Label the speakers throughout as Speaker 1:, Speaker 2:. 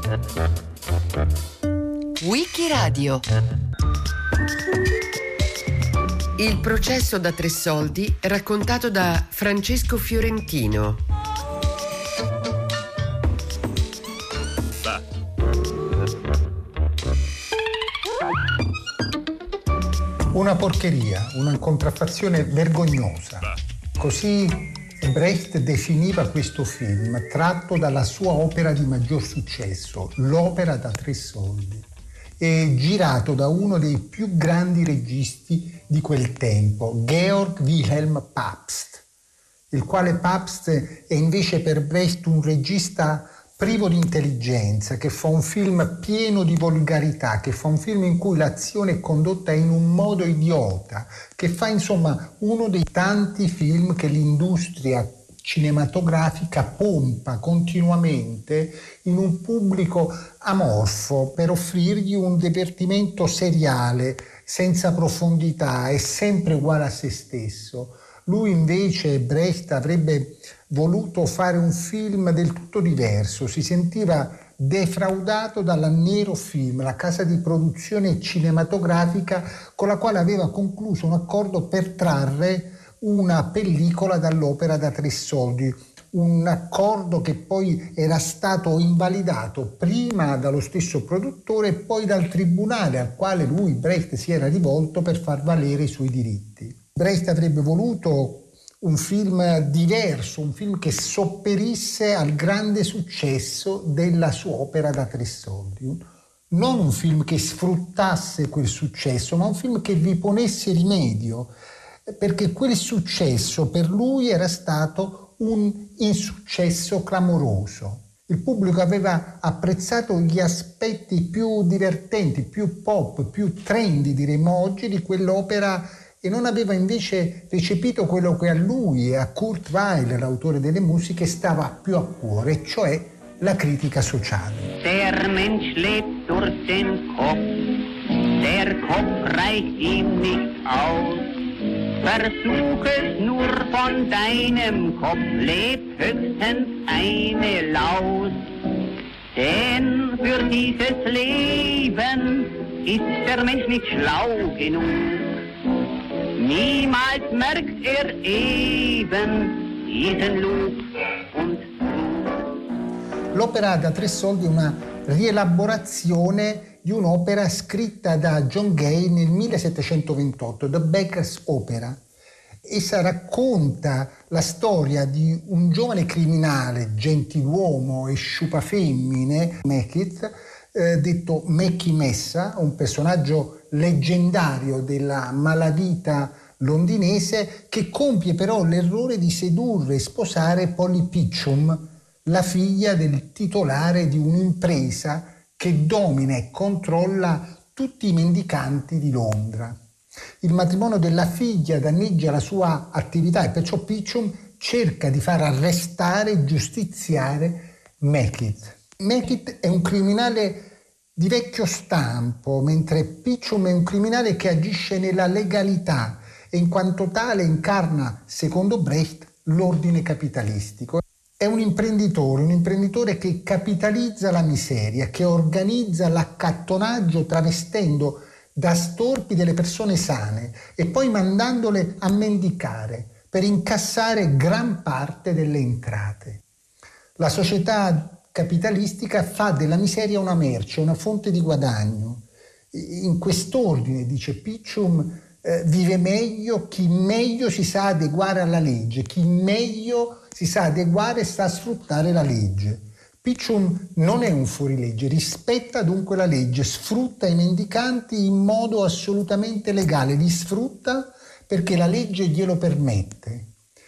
Speaker 1: Wikiradio. Il processo da 3 soldi raccontato da Francesco Fiorentino.
Speaker 2: Una porcheria, una contraffazione vergognosa. Così Brecht definiva questo film, tratto dalla sua opera di maggior successo, L'opera da 3 soldi, e girato da uno dei più grandi registi di quel tempo, Georg Wilhelm Pabst, il quale Pabst è invece per Brecht un regista privo di intelligenza, che fa un film pieno di volgarità, che fa un film in cui l'azione è condotta in un modo idiota, che fa insomma uno dei tanti film che l'industria cinematografica pompa continuamente in un pubblico amorfo per offrirgli un divertimento seriale, senza profondità e sempre uguale a se stesso. Lui invece, Brecht, avrebbe voluto fare un film del tutto diverso, si sentiva defraudato dalla Nero Film, la casa di produzione cinematografica con la quale aveva concluso un accordo per trarre una pellicola dall'opera da 3 soldi, un accordo che poi era stato invalidato prima dallo stesso produttore e poi dal tribunale al quale lui, Brecht, si era rivolto per far valere i suoi diritti. Brecht avrebbe voluto un film diverso, un film che sopperisse al grande successo della sua opera da 3 soldi. Non un film che sfruttasse quel successo, ma un film che vi ponesse rimedio, perché quel successo per lui era stato un insuccesso clamoroso. Il pubblico aveva apprezzato gli aspetti più divertenti, più pop, più trendy, diremmo oggi, di quell'opera e non aveva invece recepito quello che a lui e a Kurt Weill, l'autore delle musiche, stava più a cuore, cioè la critica sociale.
Speaker 3: Der Mensch lebt durch den Kopf, der Kopf reicht ihm nicht aus. Versuch es nur von deinem Kopf, lebt höchstens eine Laus. Denn für dieses Leben ist der Mensch nicht schlau genug. Niemals merkt eben diesen Lug und Trug.
Speaker 2: L'opera da 3 soldi è una rielaborazione di un'opera scritta da John Gay nel 1728, The Beggar's Opera. Essa racconta la storia di un giovane criminale, gentiluomo e sciupafemmine, Mechit, detto Mecchi Messa, un personaggio leggendario della malavita londinese, che compie però l'errore di sedurre e sposare Polly Pitchum, la figlia del titolare di un'impresa che domina e controlla tutti i mendicanti di Londra. Il matrimonio della figlia danneggia la sua attività e perciò Pitchum cerca di far arrestare e giustiziare Mechit. Mechit è un criminale di vecchio stampo, mentre Pitchum è un criminale che agisce nella legalità e in quanto tale incarna, secondo Brecht, l'ordine capitalistico. È un imprenditore che capitalizza la miseria, che organizza l'accattonaggio travestendo da storpi delle persone sane e poi mandandole a mendicare per incassare gran parte delle entrate. La società capitalistica fa della miseria una merce, una fonte di guadagno. In quest'ordine, dice Pitchum, vive meglio chi meglio si sa adeguare alla legge, chi meglio si sa adeguare e sa sfruttare la legge. Pitchum non è un fuorilegge, rispetta dunque la legge, sfrutta i mendicanti in modo assolutamente legale, li sfrutta perché la legge glielo permette.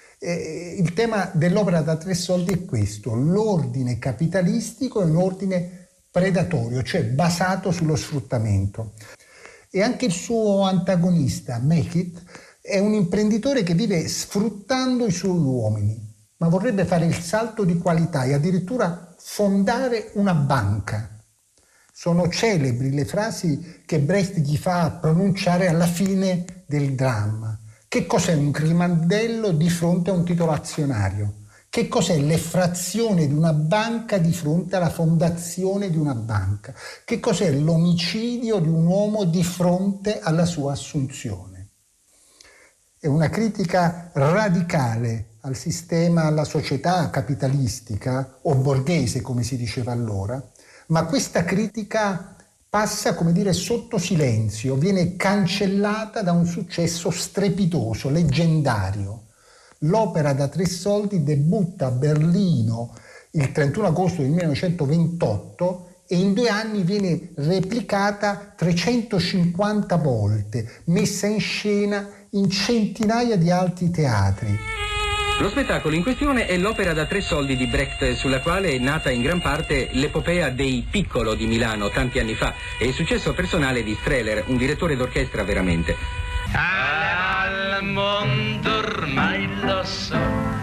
Speaker 2: Il tema dell'opera da 3 soldi è questo: l'ordine capitalistico è un ordine predatorio, cioè basato sullo sfruttamento. E anche il suo antagonista, Mechit, è un imprenditore che vive sfruttando i suoi uomini, ma vorrebbe fare il salto di qualità e addirittura fondare una banca. Sono celebri le frasi che Brecht gli fa pronunciare alla fine del dramma. Che cos'è un grimaldello di fronte a un titolo azionario? Che cos'è l'effrazione di una banca di fronte alla fondazione di una banca? Che cos'è l'omicidio di un uomo di fronte alla sua assunzione? È una critica radicale al sistema, alla società capitalistica o borghese, come si diceva allora, ma questa critica passa, come dire, sotto silenzio, viene cancellata da un successo strepitoso, leggendario. L'opera da 3 soldi debutta a Berlino il 31 agosto del 1928 e in 2 anni viene replicata 350 volte, messa in scena in centinaia di altri teatri.
Speaker 4: Lo spettacolo in questione è l'opera da 3 soldi di Brecht, sulla quale è nata in gran parte l'epopea dei Piccolo di Milano tanti anni fa e il successo personale di Strehler, un direttore d'orchestra veramente.
Speaker 5: Al mondo ormai lo so,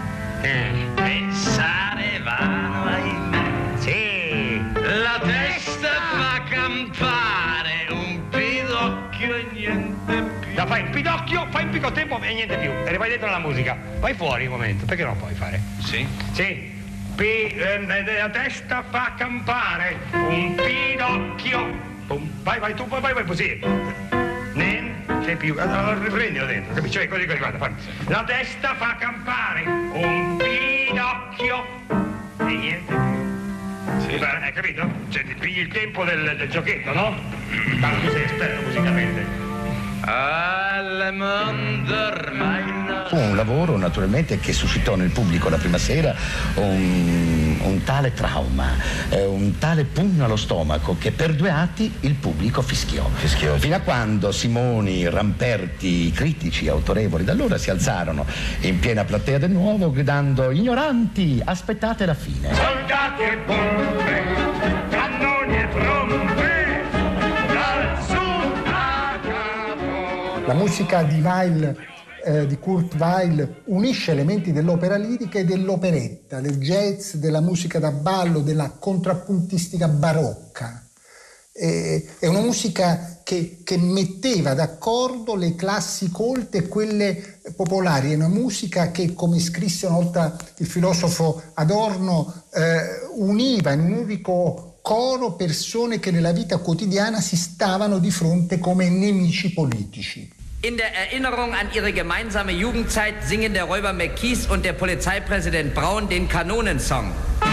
Speaker 5: pensare vano, ahimè. Sì, la testa fa campare, un pidocchio e niente più. No, fai un pidocchio, fai un picco tempo e niente più. E vai dentro la musica. Vai fuori un momento, perché non puoi fare? Sì. Sì. La testa fa campare, un pidocchio. Vai, tu, vai così. C'è più, allora riprendilo dentro, capisci? Cioè, così, guarda. La testa fa campare, un pidocchio e niente più. Sì. Hai capito? Cioè, pigli il tempo del giochetto, no? Tanto tu sei esperto musicalmente. Al mondo ormai no.
Speaker 6: Fu un lavoro naturalmente che suscitò nel pubblico la prima sera un tale trauma, un tale pugno allo stomaco che per 2 atti il pubblico fischiò. Fino a quando Simoni, Ramperti, critici autorevoli da allora si alzarono in piena platea del nuovo gridando: ignoranti, aspettate la fine.
Speaker 5: Soldati e bombe, cannoni e trombe, dal sud a capo.
Speaker 2: La musica di Weill, di Kurt Weill, unisce elementi dell'opera lirica e dell'operetta, del jazz, della musica da ballo, della contrappuntistica barocca. È una musica che metteva d'accordo le classi colte e quelle popolari. È una musica che, come scrisse una volta il filosofo Adorno, univa in un unico coro persone che nella vita quotidiana si stavano di fronte come nemici politici.
Speaker 7: In der Erinnerung an ihre gemeinsame Jugendzeit singen der Räuber McKees und der Polizeipräsident Braun den Kanonensong.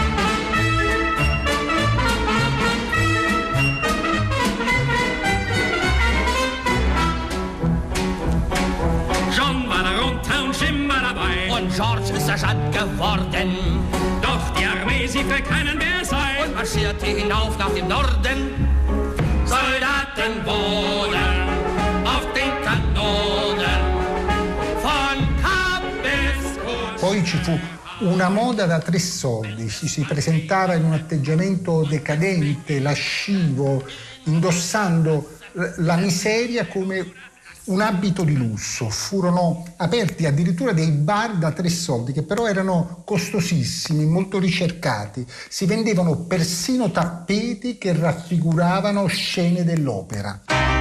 Speaker 8: John war da rundherum war dabei
Speaker 7: Und George ist Sergeant geworden.
Speaker 8: Doch die Armee, sie für keinen mehr sei
Speaker 7: Und marschierte hinauf nach dem Norden.
Speaker 8: Soldaten wohnen auf den Kanonen von Kap bis Kut.
Speaker 2: Poi ci fu una moda da 3 soldi, ci si presentava in un atteggiamento decadente, lascivo, indossando la miseria come un abito di lusso. Furono aperti addirittura dei bar da 3 soldi che però erano costosissimi, molto ricercati. Si vendevano persino tappeti che raffiguravano scene dell'opera.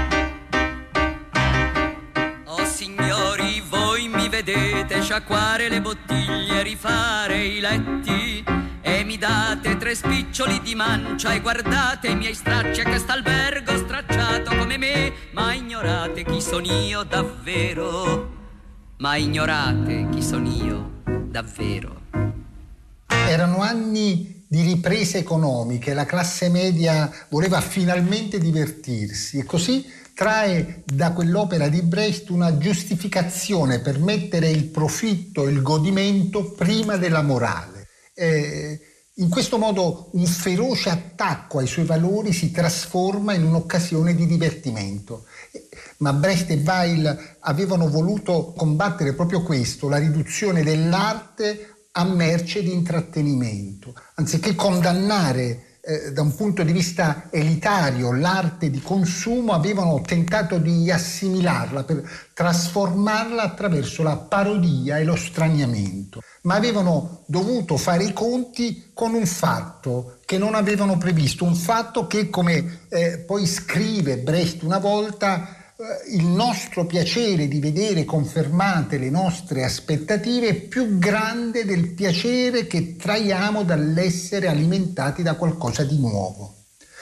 Speaker 9: Oh signori, voi mi vedete sciacquare le bottiglie, rifare i letti e mi date 3 spiccioli di mancia e guardate i miei stracci a quest'albergo stracciato come me, ma ignorate chi son io davvero, ma ignorate chi son io davvero.
Speaker 2: Erano anni di riprese economiche, la classe media voleva finalmente divertirsi e così trae da quell'opera di Brecht una giustificazione per mettere il profitto e il godimento prima della morale. In questo modo un feroce attacco ai suoi valori si trasforma in un'occasione di divertimento. Ma Brecht e Weill avevano voluto combattere proprio questo, la riduzione dell'arte a merce di intrattenimento. Anziché condannare da un punto di vista elitario l'arte di consumo, avevano tentato di assimilarla per trasformarla attraverso la parodia e lo straniamento. Ma avevano dovuto fare i conti con un fatto che non avevano previsto, un fatto che, come poi scrive Brecht una volta, il nostro piacere di vedere confermate le nostre aspettative è più grande del piacere che traiamo dall'essere alimentati da qualcosa di nuovo.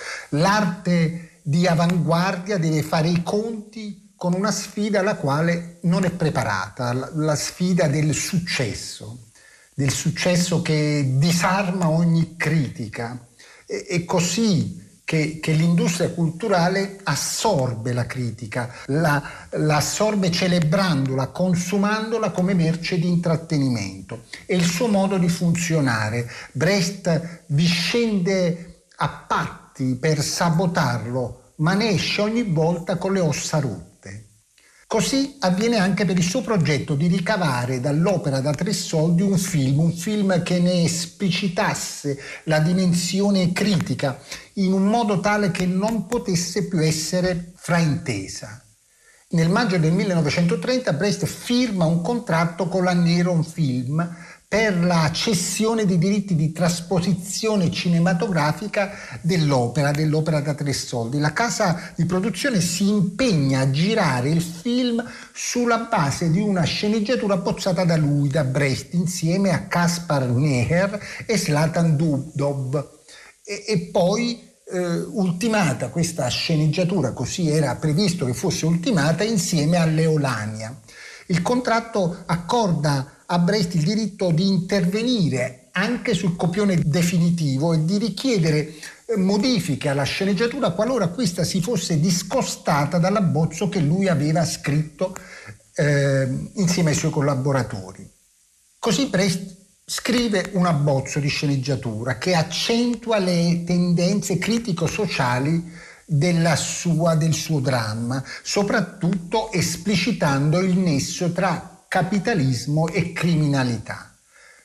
Speaker 2: L'arte di avanguardia deve fare i conti con una sfida alla quale non è preparata, la sfida del successo che disarma ogni critica. È così che l'industria culturale assorbe la critica, la assorbe celebrandola, consumandola come merce di intrattenimento. È il suo modo di funzionare. Brecht vi scende a patti per sabotarlo, ma ne esce ogni volta con le ossa rotte. Così avviene anche per il suo progetto di ricavare dall'opera da 3 soldi un film che ne esplicitasse la dimensione critica in un modo tale che non potesse più essere fraintesa. Nel maggio del 1930 Brecht firma un contratto con la Neron Film per la cessione di diritti di trasposizione cinematografica dell'opera da 3 soldi. La casa di produzione si impegna a girare il film sulla base di una sceneggiatura bozzata da lui, da Brecht, insieme a Kaspar Neher e Zlatan Dubdow. E poi ultimata questa sceneggiatura, così era previsto che fosse ultimata, insieme a Leolania. Il contratto accorda a Brecht il diritto di intervenire anche sul copione definitivo e di richiedere modifiche alla sceneggiatura qualora questa si fosse discostata dall'abbozzo che lui aveva scritto insieme ai suoi collaboratori. Così Brecht scrive un abbozzo di sceneggiatura che accentua le tendenze critico-sociali del suo dramma, soprattutto esplicitando il nesso tra capitalismo e criminalità.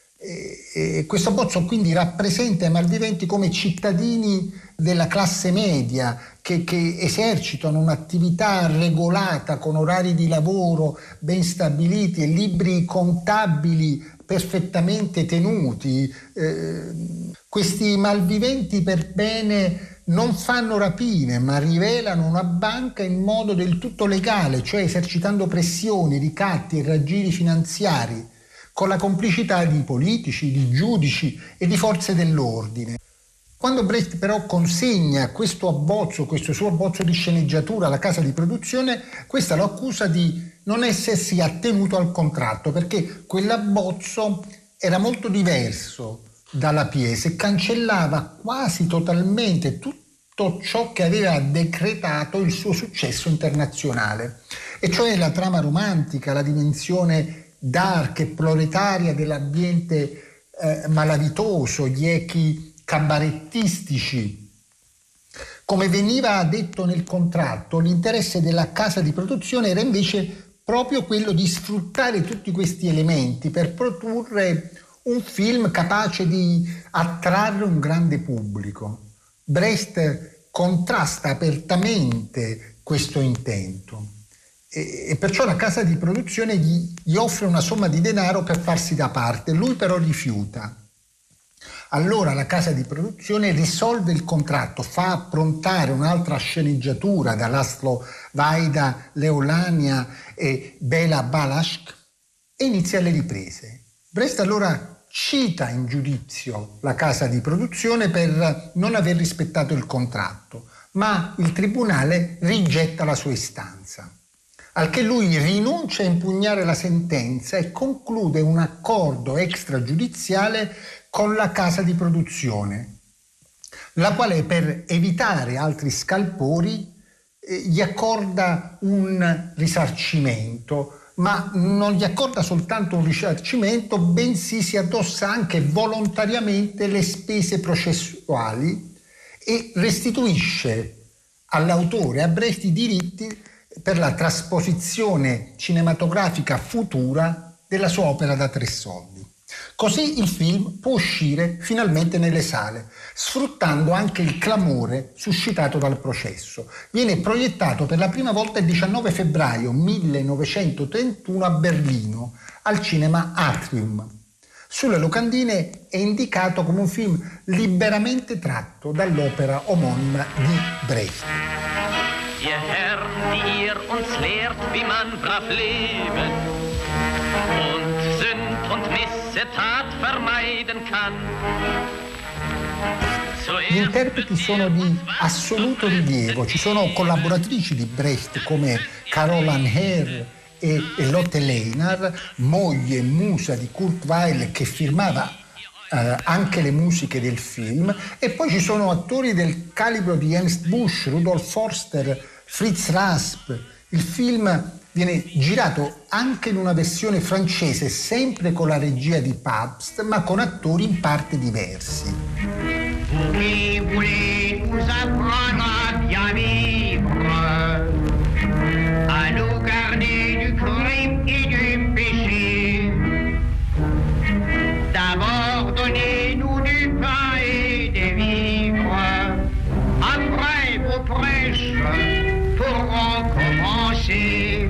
Speaker 2: E questo abbozzo quindi rappresenta i malviventi come cittadini della classe media che esercitano un'attività regolata con orari di lavoro ben stabiliti e libri contabili perfettamente tenuti. Questi malviventi per bene non fanno rapine, ma rivelano una banca in modo del tutto legale, cioè esercitando pressioni, ricatti e raggiri finanziari, con la complicità di politici, di giudici e di forze dell'ordine. Quando Brecht però consegna questo suo abbozzo di sceneggiatura alla casa di produzione, questa lo accusa di non essersi attenuto al contratto, perché quell'abbozzo era molto diverso dalla pièce e cancellava quasi totalmente tutto ciò che aveva decretato il suo successo internazionale, e cioè la trama romantica, la dimensione dark e proletaria dell'ambiente malavitoso, gli echi cabarettistici. Come veniva detto nel contratto, l'interesse della casa di produzione era invece proprio quello di sfruttare tutti questi elementi per produrre un film capace di attrarre un grande pubblico. Brecht contrasta apertamente questo intento e perciò la casa di produzione gli offre una somma di denaro per farsi da parte. Lui però rifiuta. Allora la casa di produzione risolve il contratto, fa approntare un'altra sceneggiatura da Laszlo Vajda, Leolania e Bela Balázs e inizia le riprese. Brecht allora cita in giudizio la casa di produzione per non aver rispettato il contratto, ma il tribunale rigetta la sua istanza, al che lui rinuncia a impugnare la sentenza e conclude un accordo extragiudiziale con la casa di produzione, la quale per evitare altri scalpori gli accorda un risarcimento, ma non gli accorda soltanto un risarcimento, bensì si addossa anche volontariamente le spese processuali e restituisce all'autore, a Brecht, i diritti per la trasposizione cinematografica futura della sua opera da 3 soldi. Così il film può uscire finalmente nelle sale, sfruttando anche il clamore suscitato dal processo. Viene proiettato per la prima volta il 19 febbraio 1931 a Berlino, al cinema Atrium. Sulle locandine è indicato come un film liberamente tratto dall'opera omonima di Brecht.
Speaker 10: ihr Herr, die ihr uns lehrt, wie man brav leben und Sünd und Missetat vermeiden kann.
Speaker 2: Gli interpreti sono di assoluto rilievo, ci sono collaboratrici di Brecht come Carol Ann Herr e Lotte Lehner, moglie e musa di Kurt Weill, che firmava anche le musiche del film, e poi ci sono attori del calibro di Ernst Busch, Rudolf Forster, Fritz Rasp. Il film viene girato anche in una versione francese, sempre con la regia di Pabst, ma con attori in parte diversi.
Speaker 3: Qui voulez-vous apprendre à bien vivre, à nous garder du crime et du péché. D'abord donnez-nous du pain et des vivres, après vos prêches pourront commencer.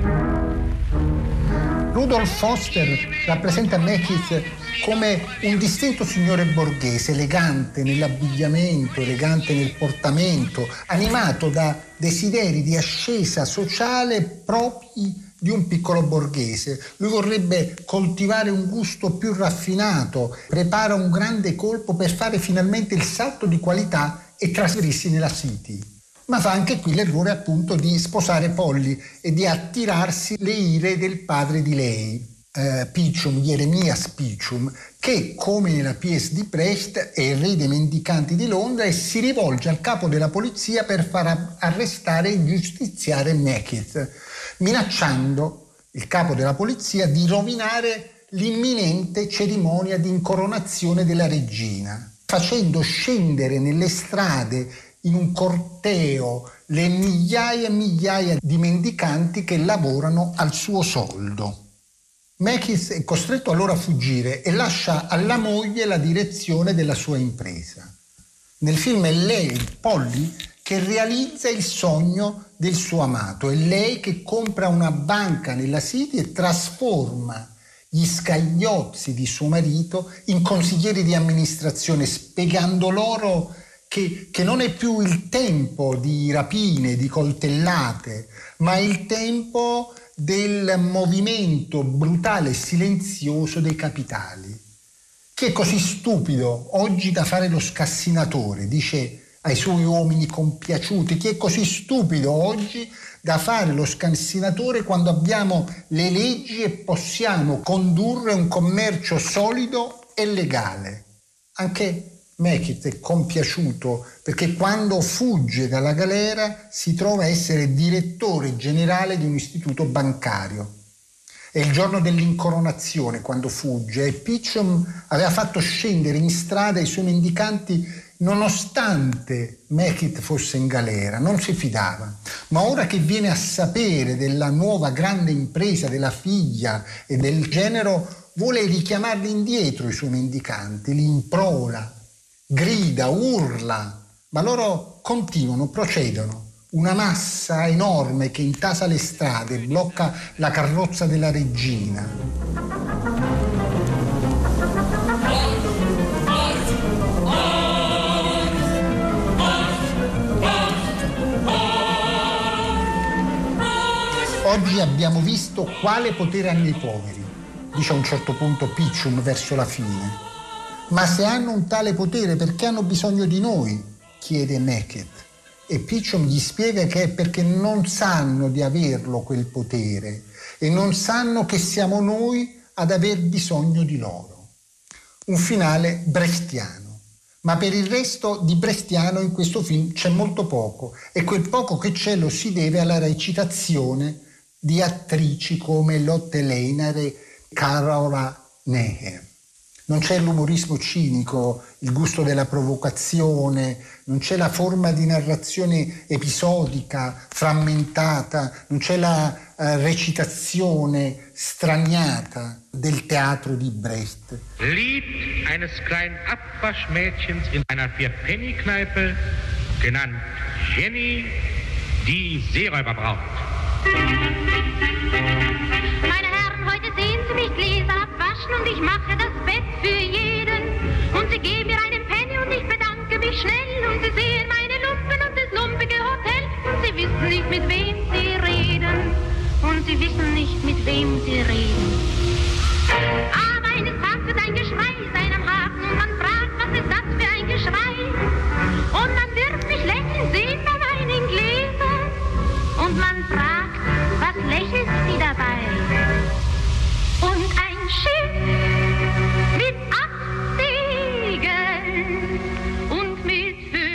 Speaker 2: Rudolf Foster rappresenta Mechitz come un distinto signore borghese, elegante nell'abbigliamento, elegante nel portamento, animato da desideri di ascesa sociale propri di un piccolo borghese. Lui vorrebbe coltivare un gusto più raffinato, prepara un grande colpo per fare finalmente il salto di qualità e trasferirsi nella City. Ma fa anche qui l'errore appunto di sposare Polly e di attirarsi le ire del padre di lei, Pichum, Jeremias Pichum, che come nella pièce di Brecht è il re dei mendicanti di Londra e si rivolge al capo della polizia per far arrestare e giustiziare Mechitz, minacciando il capo della polizia di rovinare l'imminente cerimonia di incoronazione della regina, facendo scendere nelle strade in un corteo le migliaia e migliaia di mendicanti che lavorano al suo soldo. Mechitz è costretto allora a fuggire e lascia alla moglie la direzione della sua impresa. Nel film è lei, Polly, che realizza il sogno del suo amato, è lei che compra una banca nella City e trasforma gli scagliozzi di suo marito in consiglieri di amministrazione, spiegando loro che non è più il tempo di rapine, di coltellate, ma il tempo del movimento brutale e silenzioso dei capitali. Chi è così stupido oggi da fare lo scassinatore, dice ai suoi uomini compiaciuti, chi è così stupido oggi da fare lo scassinatore quando abbiamo le leggi e possiamo condurre un commercio solido e legale? Anche Mechitz è compiaciuto perché quando fugge dalla galera si trova a essere direttore generale di un istituto bancario. È il giorno dell'incoronazione quando fugge e Pichum aveva fatto scendere in strada i suoi mendicanti nonostante Mechitz fosse in galera, non si fidava. Ma ora che viene a sapere della nuova grande impresa della figlia e del genero, vuole richiamarli indietro i suoi mendicanti, li implora, grida, urla, ma loro continuano, procedono. Una massa enorme che intasa le strade, blocca la carrozza della regina. Oggi abbiamo visto quale potere hanno i poveri, dice a un certo punto Pichum verso la fine. Ma se hanno un tale potere, perché hanno bisogno di noi? Chiede Mechitz. E Pichum gli spiega che è perché non sanno di averlo quel potere e non sanno che siamo noi ad aver bisogno di loro. Un finale brechtiano. Ma per il resto di brechtiano in questo film c'è molto poco e quel poco che c'è lo si deve alla recitazione di attrici come Lotte Lehner e Carola Neher. Non c'è l'umorismo cinico, il gusto della provocazione, non c'è la forma di narrazione episodica, frammentata, non c'è la recitazione straniata del teatro di Brecht.
Speaker 11: Lied eines kleinen Abwaschmädchens in einer Vier-Penny-Kneipe, genannt Jenny, die Seeräuberbraut.
Speaker 12: Meine Herren, heute sehen Sie mich Gläser abwaschen und ich mache das Bett für jeden. Und Sie geben mir einen Penny und ich bedanke mich schnell. Und Sie sehen meine Lumpen und das lumpige Hotel. Und Sie wissen wissen nicht, mit wem sie reden. Und sie wissen nicht, mit wem sie reden. Aber eines Tages wird ein Geschrei sein am Hafen und man fragt, was ist das für ein Geschrei? Und man wird sich lächeln sehen bei meinen Gläsern. Und man fragt, was lächelt sie dabei? Und ein Schiff mit 8 Segeln und mit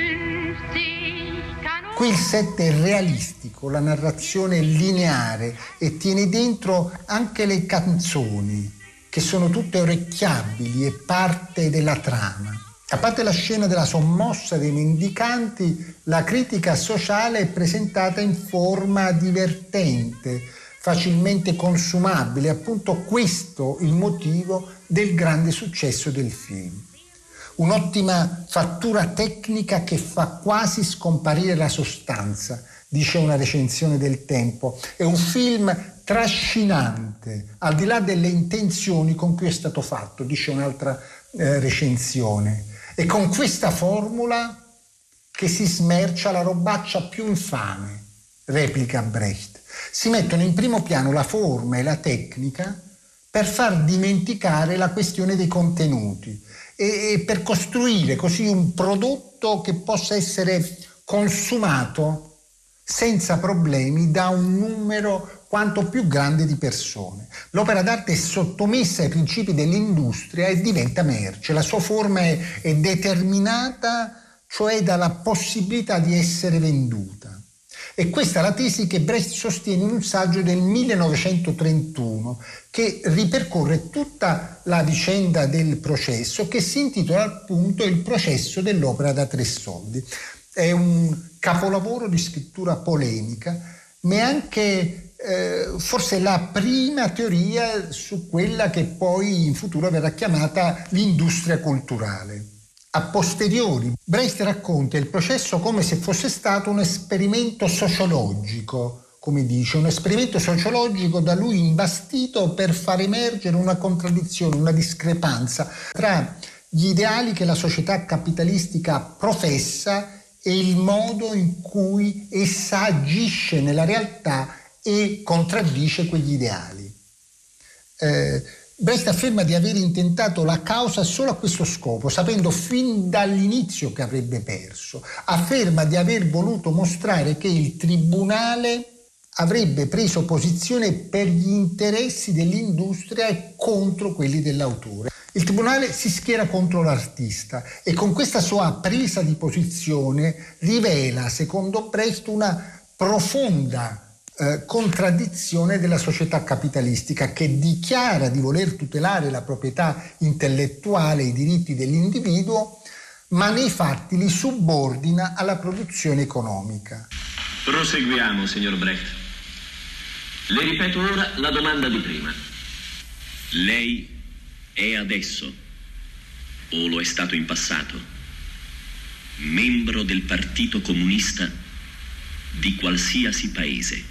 Speaker 12: 50 Kanonen.
Speaker 2: Qui il set è realistico, la narrazione è lineare e tiene dentro anche le canzoni, che sono tutte orecchiabili e parte della trama. A parte la scena della sommossa dei mendicanti, la critica sociale è presentata in forma divertente, facilmente consumabile, appunto questo il motivo del grande successo del film. Un'ottima fattura tecnica che fa quasi scomparire la sostanza, dice una recensione del Tempo. È un film trascinante, al di là delle intenzioni con cui è stato fatto, dice un'altra recensione. E con questa formula che si smercia la robaccia più infame, replica Brecht. Si mettono in primo piano la forma e la tecnica per far dimenticare la questione dei contenuti e per costruire così un prodotto che possa essere consumato senza problemi da un numero quanto più grande di persone. L'opera d'arte è sottomessa ai principi dell'industria e diventa merce. La sua forma è determinata, cioè dalla possibilità di essere venduta. E questa è la tesi che Brecht sostiene in un saggio del 1931 che ripercorre tutta la vicenda del processo, che si intitola appunto Il processo dell'opera da 3 soldi. È un capolavoro di scrittura polemica, ma è anche forse la prima teoria su quella che poi in futuro verrà chiamata l'industria culturale. A posteriori, Brecht racconta il processo come se fosse stato un esperimento sociologico, come dice, un esperimento sociologico da lui imbastito per far emergere una contraddizione, una discrepanza tra gli ideali che la società capitalistica professa e il modo in cui essa agisce nella realtà e contraddice quegli ideali. Brecht afferma di aver intentato la causa solo a questo scopo, sapendo fin dall'inizio che avrebbe perso. Afferma di aver voluto mostrare che il tribunale avrebbe preso posizione per gli interessi dell'industria e contro quelli dell'autore. Il tribunale si schiera contro l'artista e con questa sua presa di posizione rivela, secondo Brecht, una profonda contraddizione della società capitalistica che dichiara di voler tutelare la proprietà intellettuale e i diritti dell'individuo, ma nei fatti li subordina alla produzione economica.
Speaker 13: Proseguiamo, signor Brecht. Le ripeto ora la domanda di prima. Lei è adesso, o lo è stato in passato, membro del Partito Comunista di qualsiasi paese?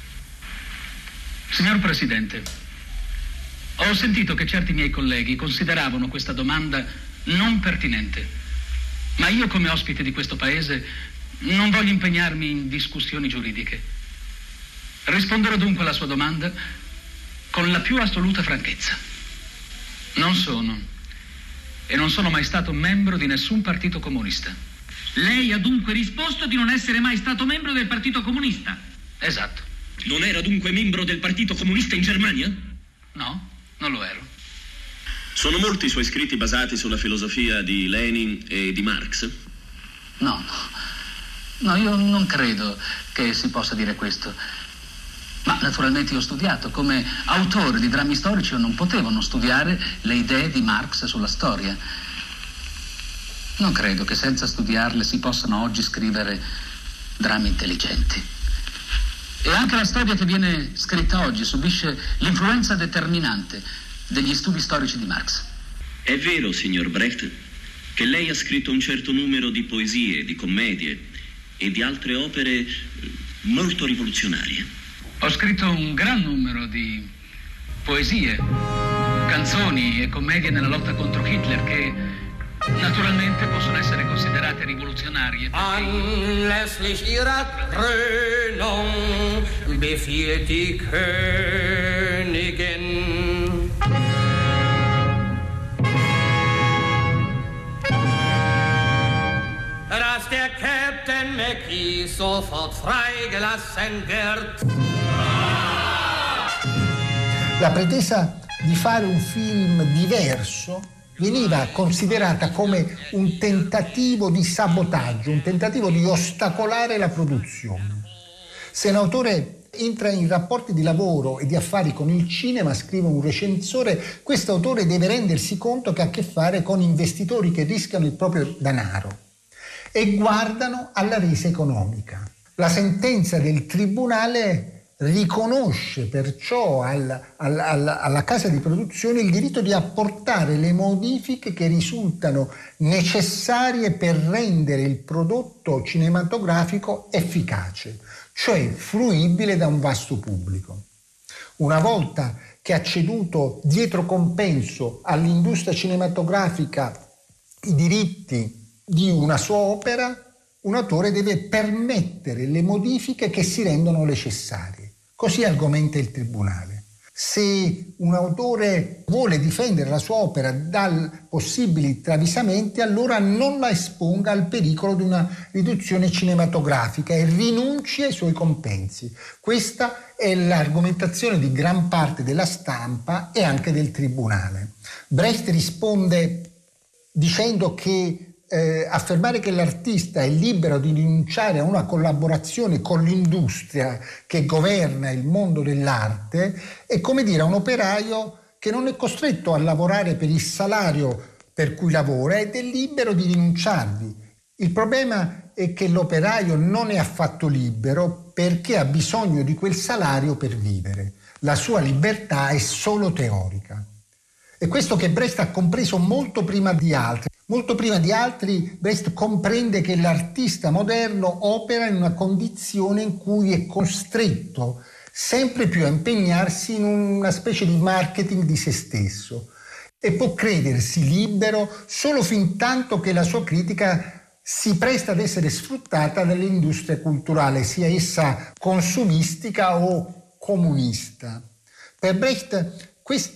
Speaker 14: Signor Presidente, ho sentito che certi miei colleghi consideravano questa domanda non pertinente, ma io come ospite di questo paese non voglio impegnarmi in discussioni giuridiche. Risponderò dunque alla sua domanda con la più assoluta franchezza. Non sono e non sono mai stato membro di nessun partito comunista.
Speaker 15: Lei ha dunque risposto di non essere mai stato membro del Partito Comunista?
Speaker 14: Esatto.
Speaker 13: Non era dunque membro del Partito Comunista in Germania?
Speaker 14: No, non lo ero.
Speaker 13: Sono molti i suoi scritti basati sulla filosofia di Lenin e di Marx?
Speaker 14: No, io non credo che si possa dire questo. Ma naturalmente io ho studiato. Come autore di drammi storici io non potevo non studiare le idee di Marx sulla storia. Non credo che senza studiarle si possano oggi scrivere drammi intelligenti. E anche la storia che viene scritta oggi subisce l'influenza determinante degli studi storici di Marx.
Speaker 13: È vero, signor Brecht, che lei ha scritto un certo numero di poesie, di commedie e di altre opere molto rivoluzionarie.
Speaker 14: Ho scritto un gran numero di poesie, canzoni e commedie nella lotta contro Hitler che Naturalmente possono essere considerate rivoluzionarie.
Speaker 9: Anlässlich ihrer Krönung befiehlt die Königin. Dass der Captain McKee sofort freigelassen wird.
Speaker 2: La pretesa di fare un film diverso veniva considerata come un tentativo di sabotaggio, un tentativo di ostacolare la produzione. Se un autore entra in rapporti di lavoro e di affari con il cinema, scrive un recensore, questo autore deve rendersi conto che ha a che fare con investitori che rischiano il proprio denaro e guardano alla resa economica. La sentenza del tribunale riconosce perciò alla casa di produzione il diritto di apportare le modifiche che risultano necessarie per rendere il prodotto cinematografico efficace, cioè fruibile da un vasto pubblico. Una volta che ha ceduto dietro compenso all'industria cinematografica i diritti di una sua opera, un autore deve permettere le modifiche che si rendono necessarie. Così argomenta il tribunale. Se un autore vuole difendere la sua opera da possibili travisamenti, allora non la esponga al pericolo di una riduzione cinematografica e rinunci ai suoi compensi. Questa è l'argomentazione di gran parte della stampa e anche del tribunale. Brecht risponde dicendo che affermare che l'artista è libero di rinunciare a una collaborazione con l'industria che governa il mondo dell'arte è come dire a un operaio che non è costretto a lavorare per il salario per cui lavora ed è libero di rinunciarvi. Il problema è che l'operaio non è affatto libero perché ha bisogno di quel salario per vivere. La sua libertà è solo teorica. È questo che Brecht ha compreso molto prima di altri. Molto prima di altri Brecht comprende che l'artista moderno opera in una condizione in cui è costretto sempre più a impegnarsi in una specie di marketing di se stesso e può credersi libero solo fin tanto che la sua critica si presta ad essere sfruttata dall'industria culturale, sia essa consumistica o comunista. Per Brecht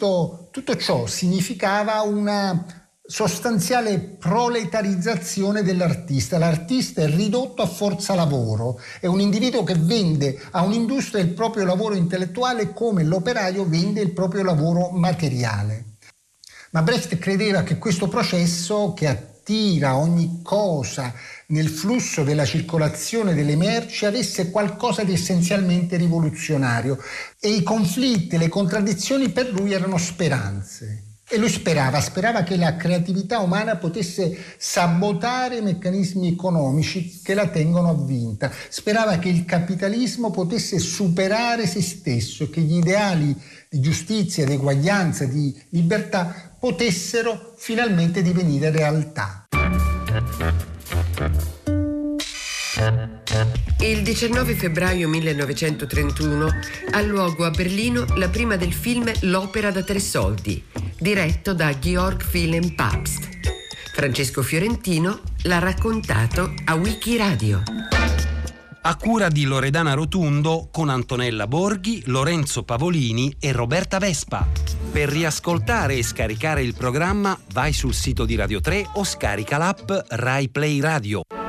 Speaker 2: tutto ciò significava una sostanziale proletarizzazione dell'artista. L'artista è ridotto a forza lavoro, è un individuo che vende a un'industria il proprio lavoro intellettuale come l'operaio vende il proprio lavoro materiale. Ma Brecht credeva che questo processo che attira ogni cosa nel flusso della circolazione delle merci avesse qualcosa di essenzialmente rivoluzionario e i conflitti, le contraddizioni per lui erano speranze. E lui sperava che la creatività umana potesse sabotare i meccanismi economici che la tengono avvinta, sperava che il capitalismo potesse superare se stesso, che gli ideali di giustizia, di eguaglianza, di libertà potessero finalmente divenire realtà.
Speaker 1: Il 19 febbraio 1931 ha luogo a Berlino la prima del film L'opera da tre soldi, diretto da Georg Wilhelm Pabst. Francesco Fiorentino l'ha raccontato a Wikiradio.
Speaker 16: A cura di Loredana Rotundo con Antonella Borghi, Lorenzo Pavolini e Roberta Vespa. Per riascoltare e scaricare il programma vai sul sito di Radio 3 o scarica l'app Rai Play Radio.